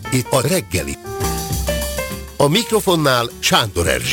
itt a reggeli. A mikrofonnál Sándor Erzsi.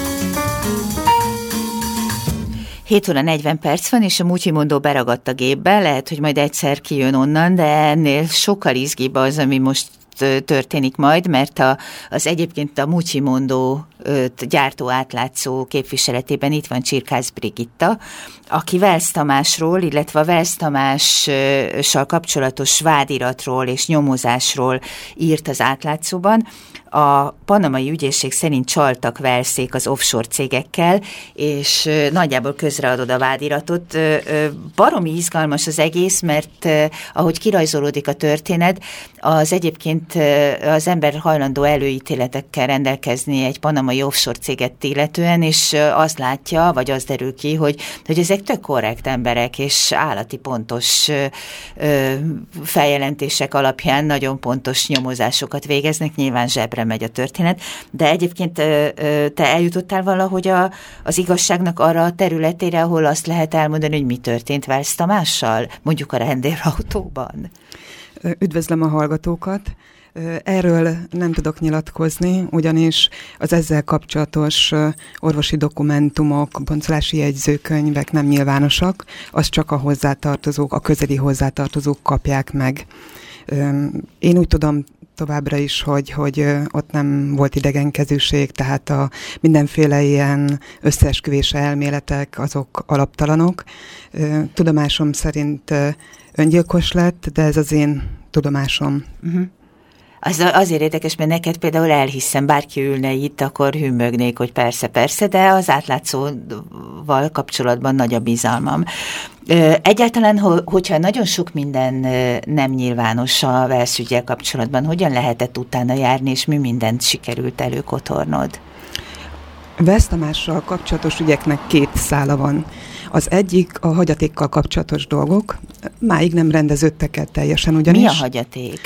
7 óra 40 perc van, és a Mutyimondó beragadt a gépbe, lehet, hogy majd egyszer kijön onnan, de ennél sokkal izgibb az, ami most történik majd, mert az egyébként a Mutyimondó gyártó átlátszó képviseletében itt van Csirkász Brigitta, aki Wells Tamásról, illetve a Wells Tamással kapcsolatos vádiratról és nyomozásról írt az átlátszóban. A panamai ügyészség szerint csaltak Wells-ék az offshore cégekkel, és nagyjából közreadod a vádiratot. Baromi izgalmas az egész, mert ahogy kirajzolódik a történet, az egyébként az ember hajlandó előítéletekkel rendelkezni egy panamai offshore céget illetően, és azt látja, vagy az derül ki, hogy ezek tök korrekt emberek, és állati pontos feljelentések alapján nagyon pontos nyomozásokat végeznek, nyilván zsebre megy a történet, de egyébként te eljutottál valahogy az igazságnak arra a területére, ahol azt lehet elmondani, hogy mi történt Wells Tamással, mondjuk a rendőrautóban? Üdvözlöm a hallgatókat! Erről nem tudok nyilatkozni, ugyanis az ezzel kapcsolatos orvosi dokumentumok, boncolási jegyzőkönyvek nem nyilvánosak, az csak a hozzátartozók, a közeli hozzátartozók kapják meg. Én úgy tudom továbbra is, hogy ott nem volt idegenkezűség, tehát a mindenféle ilyen összeesküvés elméletek, azok alaptalanok. Tudomásom szerint öngyilkos lett, de ez az én tudomásom. Uh-huh. Azért érdekes, mert neked például elhiszem, bárki ülne itt, akkor hűmögnék, hogy persze, de az átlátszóval kapcsolatban nagy a bizalmam. Egyáltalán, hogyha nagyon sok minden nem nyilvános a Wells üggyel kapcsolatban, hogyan lehetett utána járni, és mi mindent sikerült előkotornod? Wells Tamással kapcsolatos ügyeknek 2 szála van. Az egyik a hagyatékkal kapcsolatos dolgok, máig nem rendeződtek el teljesen ugyanis. Mi a hagyaték?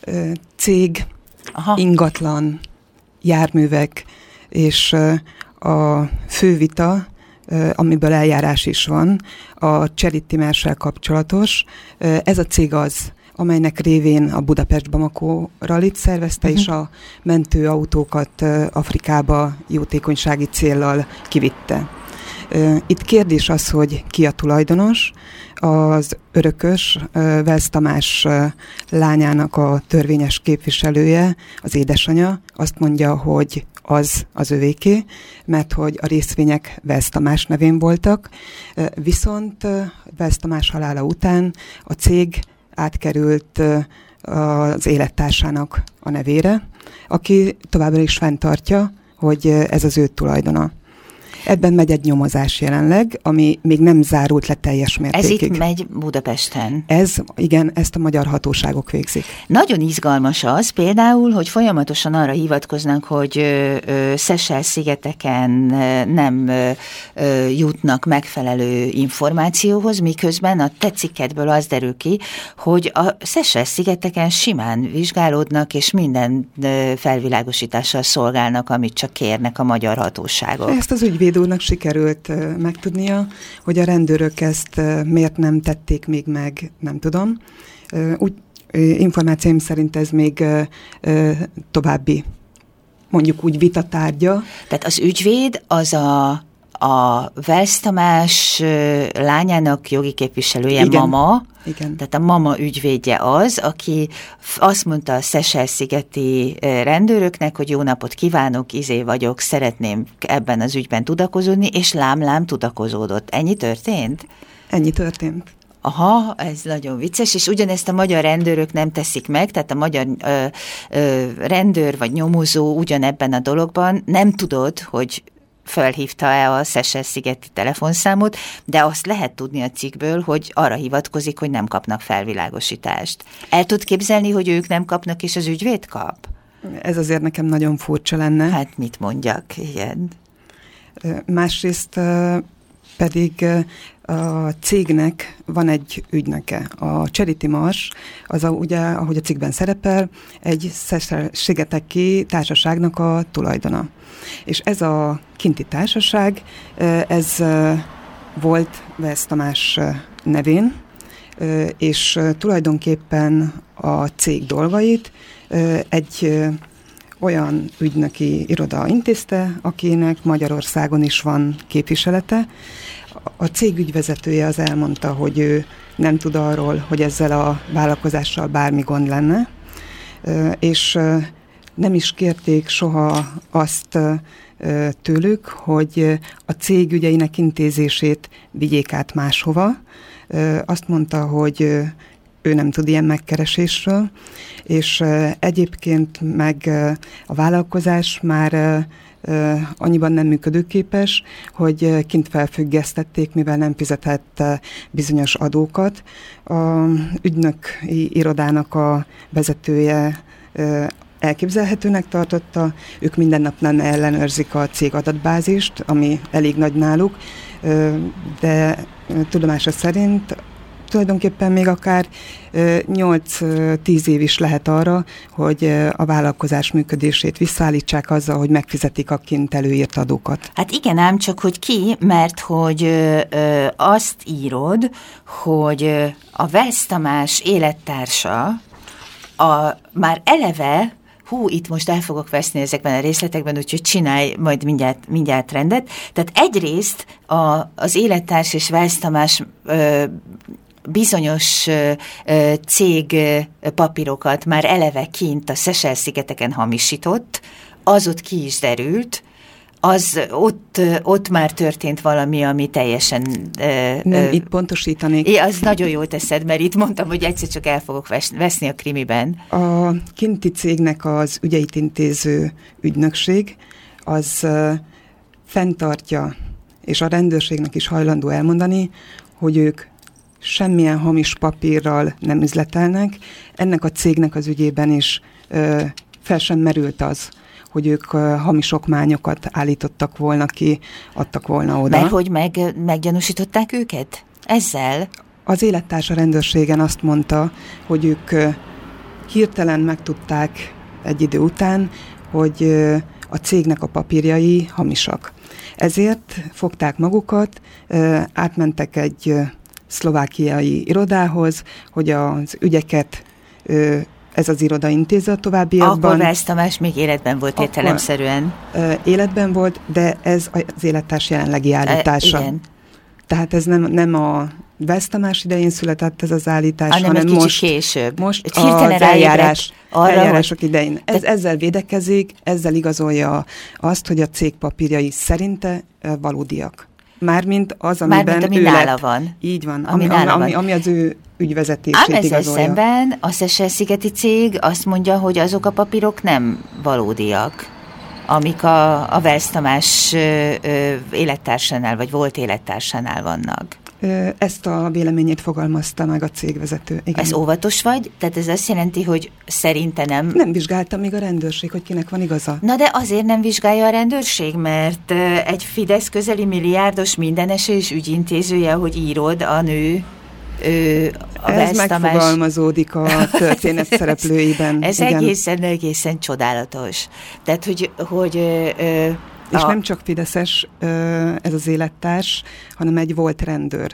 Cég, aha, ingatlan, járművek, és a fővita, amiből eljárás is van, a Charity Marshall kapcsolatos. Ez a cég az, amelynek révén a Budapest-Bamako rallit szervezte, és a mentőautókat Afrikába jótékonysági céllal kivitte. Itt kérdés az, hogy ki a tulajdonos. Az örökös, Wells Tamás lányának a törvényes képviselője, az édesanyja azt mondja, hogy az övéké, mert hogy a részvények Wells Tamás nevén voltak, viszont Wells Tamás halála után a cég átkerült az élettársának a nevére, aki továbbra is fenntartja, hogy ez az ő tulajdona. Ebben megy egy nyomozás jelenleg, ami még nem zárult le teljes mértékig. Ez itt megy Budapesten? Igen, ezt a magyar hatóságok végzik. Nagyon izgalmas az például, hogy folyamatosan arra hivatkoznak, hogy Seychelles-szigeteken nem jutnak megfelelő információhoz, miközben a te cikkedből az derül ki, hogy a Seychelles-szigeteken simán vizsgálódnak, és minden felvilágosítással szolgálnak, amit csak kérnek a magyar hatóságok. Ezt az ügyvéd úrnak sikerült megtudnia, hogy a rendőrök ezt miért nem tették még meg, nem tudom. Úgy, információim szerint ez még további, mondjuk úgy vitatárgya. Tehát az ügyvéd az a Wells Tamás lányának jogi képviselője, igen, mama, igen. Tehát a mama ügyvédje az, aki azt mondta a Seychelles-szigeti rendőröknek, hogy jó napot kívánok, vagyok, szeretném ebben az ügyben tudakozódni, és lám tudakozódott. Ennyi történt? Ennyi történt. Aha, ez nagyon vicces, és ugyanezt a magyar rendőrök nem teszik meg, tehát a magyar rendőr vagy nyomozó ugyanebben a dologban nem tudod, hogy felhívta-e a Seychelles-szigeti telefonszámot, de azt lehet tudni a cikkből, hogy arra hivatkozik, hogy nem kapnak felvilágosítást. El tud képzelni, hogy ők nem kapnak, és az ügyvéd kap? Ez azért nekem nagyon furcsa lenne. Hát mit mondjak, igen. Másrészt pedig a cégnek van egy ügynöke. A Charity Marshall, az ugye, ahogy a cikkben szerepel, egy Seychelles-szigeteki társaságnak a tulajdona. És ez a kinti társaság, ez volt Wells Tamás nevén, és tulajdonképpen a cég dolgait egy olyan ügynöki iroda intézte, akinek Magyarországon is van képviselete. A cég ügyvezetője az elmondta, hogy ő nem tud arról, hogy ezzel a vállalkozással bármi gond lenne, és nem is kérték soha azt tőlük, hogy a cég ügyeinek intézését vigyék át máshova. Azt mondta, hogy ő nem tud ilyen megkeresésről, és egyébként meg a vállalkozás már annyiban nem működőképes, hogy kint felfüggesztették, mivel nem fizetett bizonyos adókat. A ügynöki irodának a vezetője elképzelhetőnek tartotta, ők minden nap nem ellenőrzik a cég adatbázist, ami elég nagy náluk, de tudomása szerint tulajdonképpen még akár 8-10 év is lehet arra, hogy a vállalkozás működését visszaállítsák azzal, hogy megfizetik a kint előírt adókat. Hát igen, ám csak hogy ki, mert hogy azt írod, hogy a Welsz Tamás élettársa már eleve, itt most el fogok veszni ezekben a részletekben, úgyhogy csinálj majd mindjárt rendet. Tehát egyrészt az élettárs és Welsz Tamás bizonyos cég papírokat már eleve kint a Seychelle-szigeteken hamisított, az ott ki is derült, ott már történt valami, ami teljesen... Nem, itt pontosítanék. Az nagyon jól teszed, mert itt mondtam, hogy egyszer csak el fogok veszni a krimiben. A kinti cégnek az ügyeit intéző ügynökség, az fenntartja, és a rendőrségnek is hajlandó elmondani, hogy ők semmilyen hamis papírral nem üzletelnek. Ennek a cégnek az ügyében is fel sem merült az, hogy ők hamis okmányokat állítottak volna ki, adtak volna oda. Mert hogy meggyanúsították őket? Ezzel? Az élettársa rendőrségen azt mondta, hogy ők hirtelen megtudták egy idő után, hogy a cégnek a papírjai hamisak. Ezért fogták magukat, átmentek egy szlovákiai irodához, hogy az ügyeket ez az iroda intézze a továbbiakban. Akkor Welsz Tamás még életben volt értelemszerűen. Életben volt, de ez az élettárs jelenlegi állítása. Igen. Tehát ez nem a Welsz Tamás idején született ez az állítás, hanem egy most később. Most az eljárások idején. Ezzel védekezik, ezzel igazolja azt, hogy a cég papírjai szerinte valódiak. Mármint az, amiben ami nála van. Így van, ami az ő ügyvezetését igazolja. Ám ezzel szemben a Seychelle-szigeti cég azt mondja, hogy azok a papírok nem valódiak, amik a Welsz Tamás élettársánál, vagy volt élettársánál vannak. Ezt a véleményét fogalmazta meg a cégvezető. Igen. Ez óvatos vagy? Tehát ez azt jelenti, hogy szerinte nem... Nem vizsgálta még a rendőrség, hogy kinek van igaza. Na de azért nem vizsgálja a rendőrség, mert egy Fidesz közeli milliárdos mindenesélyes ügyintézője, hogy írod a nő... Ez megfogalmazódik a történet szereplőiben. Ez egészen csodálatos. Tehát, hogy és nem csak fideszes ez az élettárs, hanem egy volt rendőr.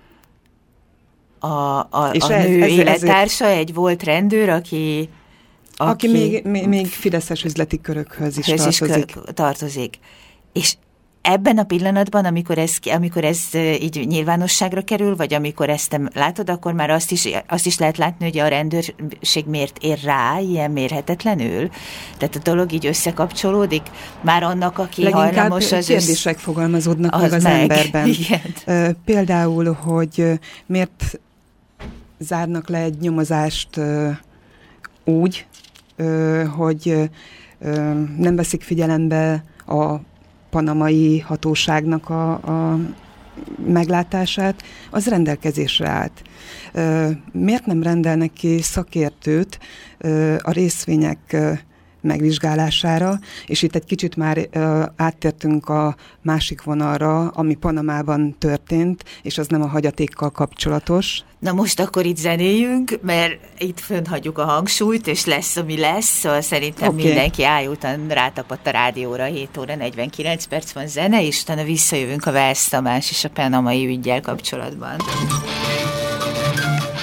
A nő élettársa egy volt rendőr, aki még fideszes üzleti körökhöz is tartozik. És ebben a pillanatban, amikor ez így nyilvánosságra kerül, vagy amikor ezt te látod, akkor már azt is lehet látni, hogy a rendőrség miért ér rá ilyen mérhetetlenül. Tehát a dolog így összekapcsolódik. Már annak, aki leginkább hajlamos... Leginkább kérdések fogalmazódnak meg az emberben. Igen. Például, hogy miért zárnak le egy nyomozást úgy, hogy nem veszik figyelembe a panamai hatóságnak a meglátását, az rendelkezésre állt. Miért nem rendelnek ki szakértőt a részvények megvizsgálására, és itt egy kicsit már áttértünk a másik vonalra, ami Panamában történt, és az nem a hagyatékkal kapcsolatos. Na most akkor itt zenéljünk, mert itt fönnhagyjuk a hangsúlyt, és lesz, ami lesz, szóval szerintem mindenki ájultan rátapadt a rádióra, 7 óra 49 perc van zene, és utána visszajövünk a Welsz Tamás és a panamai üggyel kapcsolatban.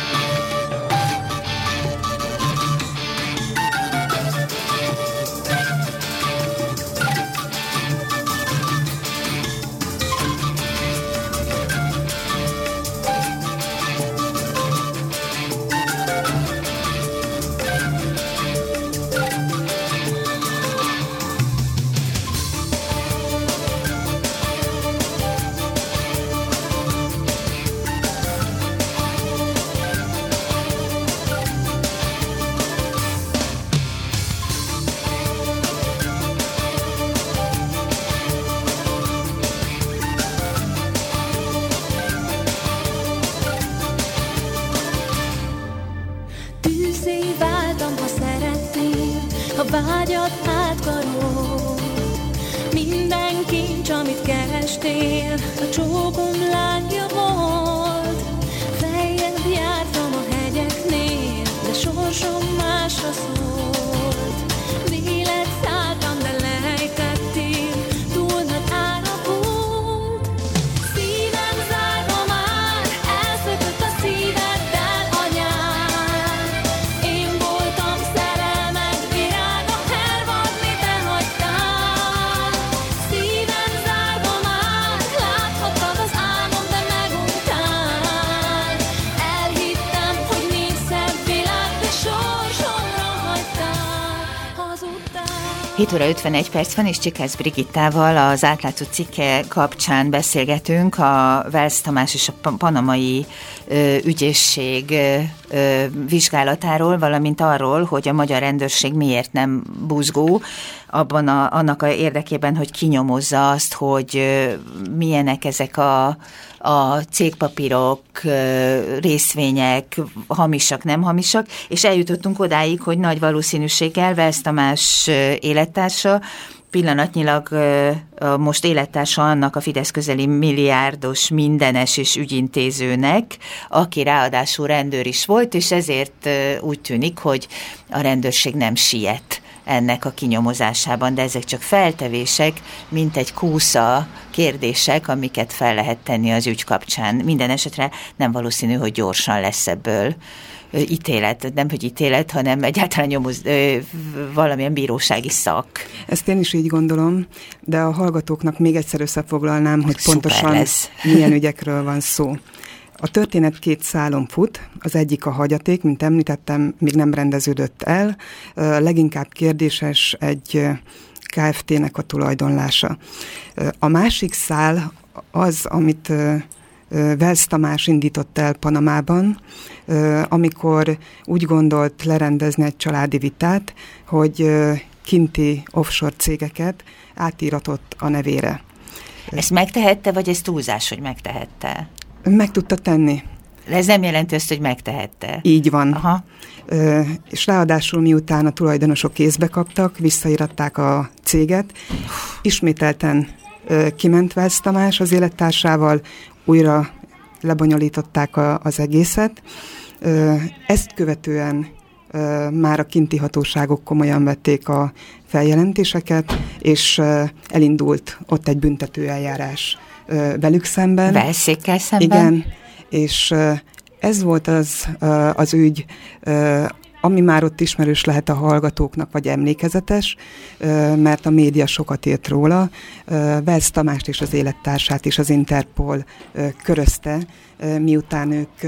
vágyat átkarol. Minden kincs, amit kerestél, a csókom lángja volt. Feljebb jártam a hegyeknél, de sorsom másra szólt. Vélet szálltam, de lejtettél, túl nagy ára volt. Szívem zárva már, elszökött a szíveddel, anyám. Én voltam szerelmed virága, hervad, mi te hagytál. Szívem zárva már, láthattad az álmom, de meguntál. Elhittem, hogy nincs szebb világ, de sorsomra hagytál, hazudtál. 7 óra 51 perc van, és Csikász Brigittával az átlátszó cikke kapcsán beszélgetünk a Wells Tamás és a panamai ügyészség vizsgálatáról, valamint arról, hogy a magyar rendőrség miért nem buzgó annak a érdekében, hogy kinyomozza azt, hogy milyenek ezek a cégpapírok, részvények, hamisak, nem hamisak, és eljutottunk odáig, hogy nagy valószínűséggel Wells Tamás élettársa, pillanatnyilag most élettársa annak a Fidesz közeli milliárdos mindenes és ügyintézőnek, aki ráadásul rendőr is volt, és ezért úgy tűnik, hogy a rendőrség nem siet ennek a kinyomozásában, de ezek csak feltevések, mint egy kúsza kérdések, amiket fel lehet tenni az ügy kapcsán. Minden esetre nem valószínű, hogy gyorsan lesz ebből ítélet, nem hogy ítélet, hanem egyáltalán valamilyen bírósági szak. Ezt én is így gondolom, de a hallgatóknak még egyszer összefoglalnám, hogy pontosan milyen ügyekről van szó. A történet 2 szálon fut, az egyik a hagyaték, mint említettem, még nem rendeződött el, leginkább kérdéses egy Kft-nek a tulajdonlása. A másik szál az, amit Wells Tamás indított el Panamában, amikor úgy gondolt lerendezni egy családi vitát, hogy kinti offshore cégeket átíratott a nevére. Ezt megtehette, vagy ez túlzás, hogy megtehette? Meg tudta tenni. De ez nem jelenti azt, hogy megtehette. Így van. Aha. És ráadásul miután a tulajdonosok kézbe kaptak, visszaíratták a céget, ismételten kiment Wells Tamás az élettársával, újra lebonyolították az egészet. Ezt követően már a kinti hatóságok komolyan vették a feljelentéseket, és elindult ott egy büntetőeljárás velük szemben. Wells-székkel szemben? Igen, és ez volt az ügy, ami már ott ismerős lehet a hallgatóknak, vagy emlékezetes, mert a média sokat írt róla. Wells Tamást és az élettársát is az Interpol körözte, miután ők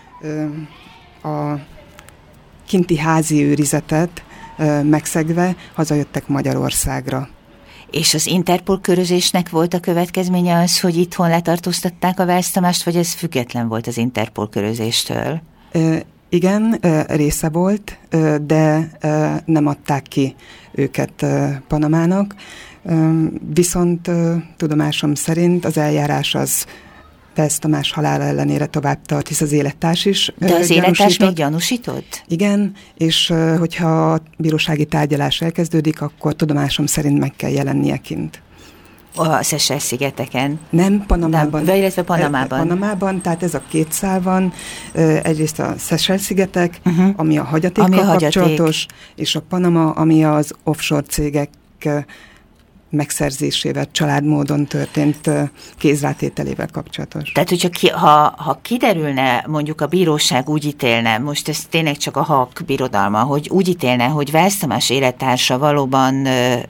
a kinti házi őrizetet megszegve hazajöttek Magyarországra. És az Interpol körözésnek volt a következménye az, hogy itthon letartóztatták a Wells Tamást, vagy ez független volt az Interpol körözéstől? Igen, része volt, de nem adták ki őket Panamának. Viszont tudomásom szerint az eljárás az Wells Tamás halála ellenére tovább tart, hisz az élettárs is de az élettárs még gyanúsított? Igen, és hogyha a bírósági tárgyalás elkezdődik, akkor tudomásom szerint meg kell jelennie kint. A Seychelles-szigeteken? Nem, Panamában. De, illetve Panamában. Panamában, tehát ez a 2 szál van. Egyrészt a Seychelles-szigetek, ami a hagyatékkal kapcsolatos, és a Panama, ami az offshore cégek megszerzésével, családmódon történt kézrátételével kapcsolatos. Tehát, hogyha ha kiderülne, mondjuk a bíróság úgy ítélne, most ez tényleg csak a hak birodalma, hogy úgy ítélne, hogy Wells Tamás élettársa valóban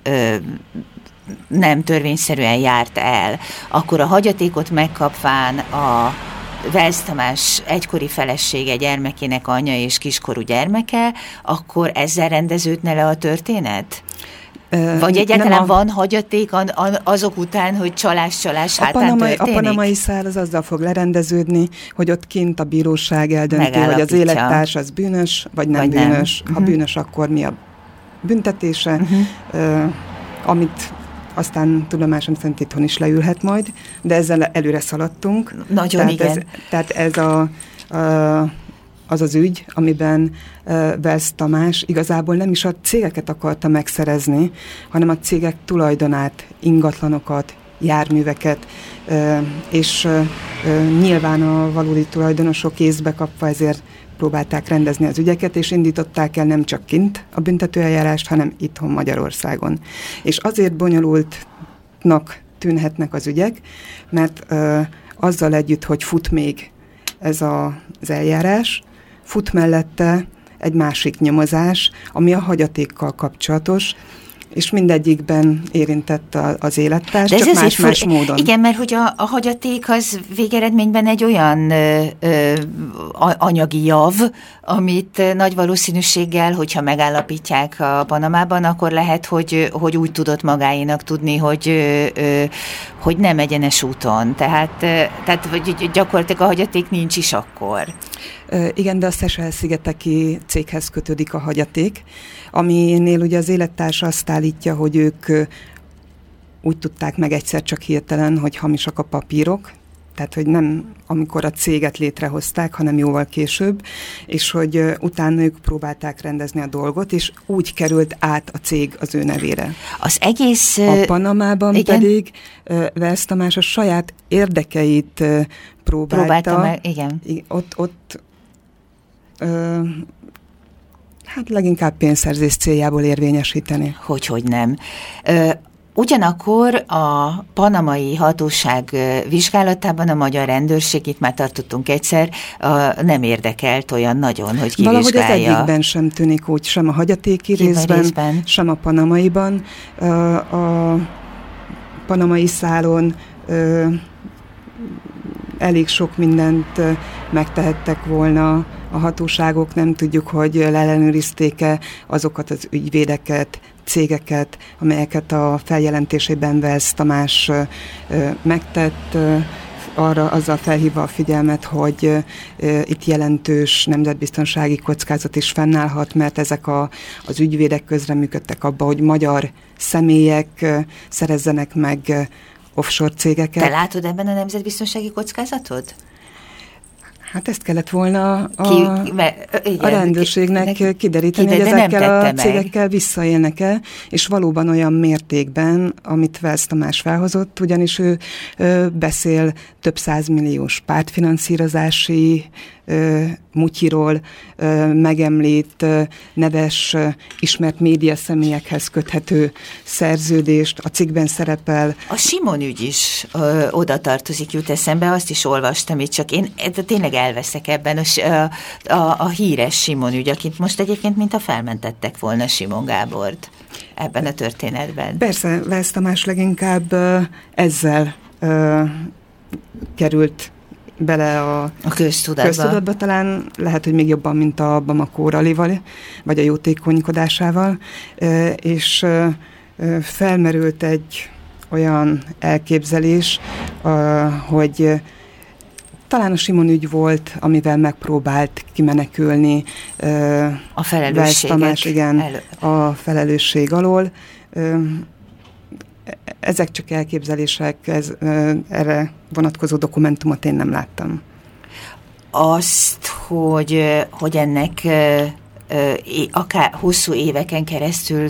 nem törvényszerűen járt el, akkor a hagyatékot megkapván a Wells Tamás egykori felesége, gyermekének anyja és kiskorú gyermeke, akkor ezzel rendeződne le a történet? Vagy egyáltalán van hagyaték azok után, hogy csalás hátán történik? A panamai szál az azzal fog lerendeződni, hogy ott kint a bíróság eldönti, hogy az élettárs az bűnös, vagy nem bűnös. Ha bűnös, akkor mi a büntetése, amit aztán tudomásom szerint itthon is leülhet majd, de ezzel előre szaladtunk. Nagyon, igen. Tehát ez az az ügy, amiben Wells Tamás igazából nem is a cégeket akarta megszerezni, hanem a cégek tulajdonát, ingatlanokat, járműveket, és nyilván a valódi tulajdonosok észbe kapva ezért próbálták rendezni az ügyeket, és indították el nem csak kint a büntetőeljárást, hanem itthon Magyarországon. És azért bonyolultnak tűnhetnek az ügyek, mert azzal együtt, hogy fut még ez az eljárás, fut mellette egy másik nyomozás, ami a hagyatékkal kapcsolatos, és mindegyikben érintett az élettárs, csak más-más módon. Igen, mert hogy a hagyaték az végeredményben egy olyan anyagi jav, amit nagy valószínűséggel, hogyha megállapítják a Panamában, akkor lehet, hogy úgy tudott magáénak tudni, hogy nem egyenes úton. Tehát gyakorlatilag a hagyaték nincs is akkor. Igen, de a Seychelles-szigeteki céghez kötődik a hagyaték, aminél ugye az élettárs azt állítja, hogy ők úgy tudták meg egyszer csak hirtelen, hogy hamisak a papírok, tehát hogy nem amikor a céget létrehozták, hanem jóval később, és hogy utána ők próbálták rendezni a dolgot, és úgy került át a cég az ő nevére. Az egész... A Panamában igen? pedig Wells Tamás a saját érdekeit próbálta meg, igen. Ott hát leginkább pénzszerzés céljából érvényesíteni. Hogy nem. Ugyanakkor a panamai hatóság vizsgálatában a magyar rendőrség, itt már tartottunk egyszer, nem érdekelt olyan nagyon, hogy kivizsgálja. Valahogy az egyikben sem tűnik úgy, sem a hagyatéki részben, sem a panamaiban. A panamai szálon elég sok mindent megtehettek volna a hatóságok, nem tudjuk, hogy leellenőrizték-e azokat az ügyvédeket, cégeket, amelyeket a feljelentésében Wells Tamás megtett, azzal felhívva a figyelmet, hogy itt jelentős nemzetbiztonsági kockázat is fennállhat, mert ezek az ügyvédek közreműködtek abba, hogy magyar személyek szerezzenek meg offshore cégeket. Te látod ebben a nemzetbiztonsági kockázatot? Hát ezt kellett volna a rendőrségnek kideríteni, hogy ezekkel a cégekkel visszaélnek-e, és valóban olyan mértékben, amit Wells Tamás felhozott, ugyanis ő beszél több százmilliós pártfinanszírozási mutyiról, megemlít neves, ismert média személyekhez köthető szerződést, a cikkben szerepel. A Simon ügy is oda tartozik, jut eszembe, azt is olvastam itt, csak én tényleg elveszek ebben a híres Simon ügy, akit most egyébként mintha felmentettek volna Simon Gábort ebben a történetben. Persze, Wells Tamás leginkább ezzel került bele a köztudatba, talán lehet, hogy még jobban, mint a Bamako Rallyval, vagy a jótékonykodásával, és felmerült egy olyan elképzelés, hogy talán a Simon ügy volt, amivel megpróbált kimenekülni a felelősséget. Tamás, igen, a felelősség alól. Ezek csak elképzelések, erre vonatkozó dokumentumot én nem láttam. Azt, hogy ennek akár hosszú éveken keresztül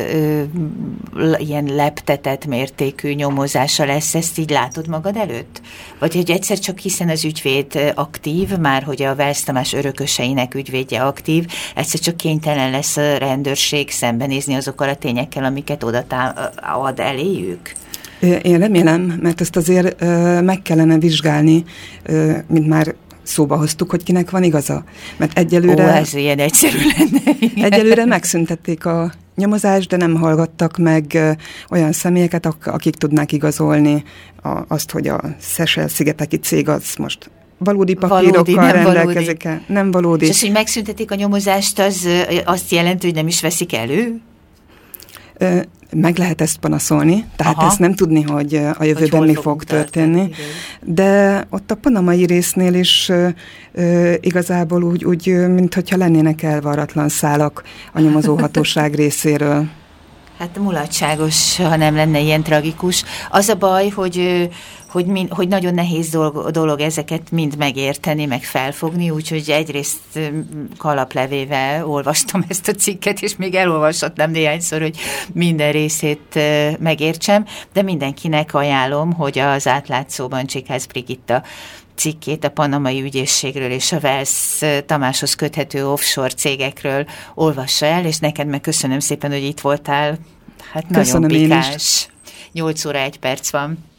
ilyen leptetett mértékű nyomozása lesz, ezt így látod magad előtt? Vagy hogy egyszer csak hiszen az ügyvéd aktív, már hogy a Wells Tamás örököseinek ügyvédje aktív, egyszer csak kénytelen lesz a rendőrség szembenézni azokkal a tényekkel, amiket oda ad eléjük? Én remélem, mert ezt azért meg kellene vizsgálni, mint már szóba hoztuk, hogy kinek van igaza. Mert egyelőre... ez ilyen egyszerű lenne. Egyelőre megszüntették a nyomozást, de nem hallgattak meg olyan személyeket, akik tudnák igazolni azt, hogy a Seychelles-szigeteki cég az most valódi papírokkal rendelkezik. Nem valódi. És az, hogy megszüntetik a nyomozást, az azt jelenti, hogy nem is veszik elő? Meg lehet ezt panaszolni, tehát ezt nem tudni, hogy a jövőben mi fog történni. De ott a panamai résznél is igazából úgy mintha lennének elvarratlan szálak a nyomozóhatóság részéről. Hát mulatságos, ha nem lenne ilyen tragikus. Az a baj, hogy nagyon nehéz dolog ezeket mind megérteni, meg felfogni, úgyhogy egyrészt kalaplevével olvastam ezt a cikket, és még elolvashatnám néhányszor, hogy minden részét megértsem, de mindenkinek ajánlom, hogy az Átlátszóban Csikház Brigitta cikkét a panamai ügyészségről és a Wells Tamáshoz köthető offshore cégekről olvassa el, és neked meg köszönöm szépen, hogy itt voltál. Hát nagyon köszönöm pikáns. 8 óra 1 perc van.